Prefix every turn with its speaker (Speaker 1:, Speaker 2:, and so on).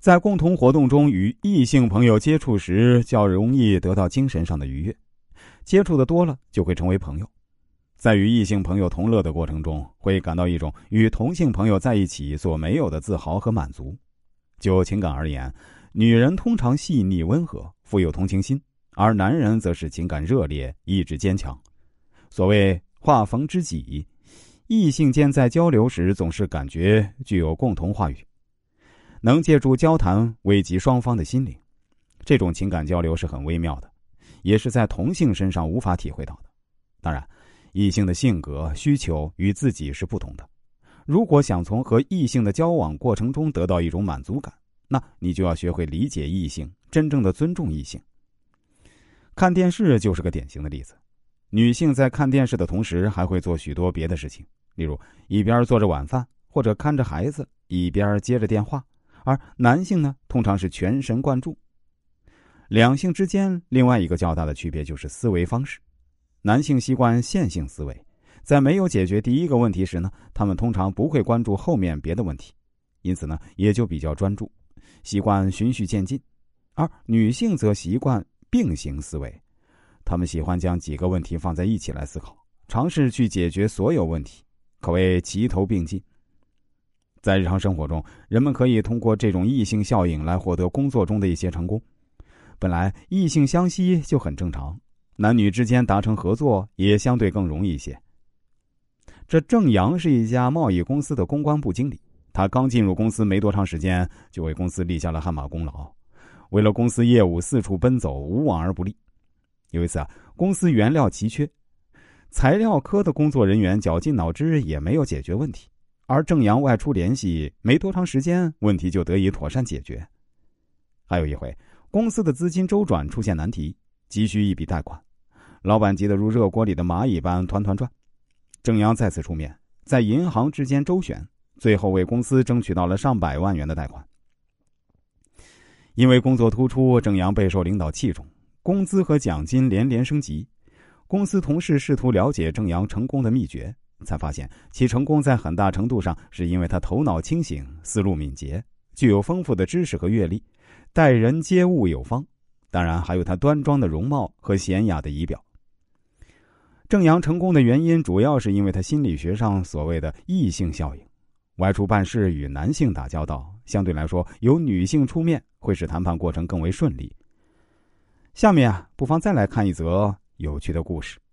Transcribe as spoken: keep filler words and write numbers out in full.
Speaker 1: 在共同活动中与异性朋友接触时，较容易得到精神上的愉悦，接触的多了就会成为朋友。在与异性朋友同乐的过程中，会感到一种与同性朋友在一起所没有的自豪和满足。就情感而言，女人通常细腻温和，富有同情心，而男人则是情感热烈，意志坚强。所谓话逢知己，异性间在交流时总是感觉具有共同话语，能借助交谈慰藉双方的心灵。这种情感交流是很微妙的，也是在同性身上无法体会到的。当然，异性的性格需求与自己是不同的。如果想从和异性的交往过程中得到一种满足感，那你就要学会理解异性，真正的尊重异性。看电视就是个典型的例子。女性在看电视的同时还会做许多别的事情，例如一边做着晚饭或者看着孩子，一边接着电话，而男性呢，通常是全神贯注。两性之间另外一个较大的区别就是思维方式。男性习惯线性思维，在没有解决第一个问题时呢，他们通常不会关注后面别的问题，因此呢，也就比较专注，习惯循序渐进。而女性则习惯并行思维，他们喜欢将几个问题放在一起来思考，尝试去解决所有问题，可谓齐头并进。在日常生活中，人们可以通过这种异性效应来获得工作中的一些成功。本来异性相吸就很正常，男女之间达成合作也相对更容易一些。这郑阳是一家贸易公司的公关部经理，他刚进入公司没多长时间，就为公司立下了汗马功劳。为了公司业务四处奔走，无往而不利。有一次啊，公司原料奇缺，材料科的工作人员绞尽脑汁也没有解决问题，而郑阳外出联系，没多长时间，问题就得以妥善解决。还有一回，公司的资金周转出现难题，急需一笔贷款，老板急得如热锅里的蚂蚁般团团转。郑阳再次出面，在银行之间周旋，最后为公司争取到了上百万元的贷款。因为工作突出，郑阳备受领导器重，工资和奖金连连升级。公司同事试图了解郑阳成功的秘诀，才发现其成功在很大程度上是因为他头脑清醒，思路敏捷，具有丰富的知识和阅历，待人接物有方，当然还有他端庄的容貌和娴雅的仪表。郑阳成功的原因主要是因为他心理学上所谓的异性效应。外出办事与男性打交道，相对来说由女性出面会使谈判过程更为顺利。下面啊，不妨再来看一则有趣的故事。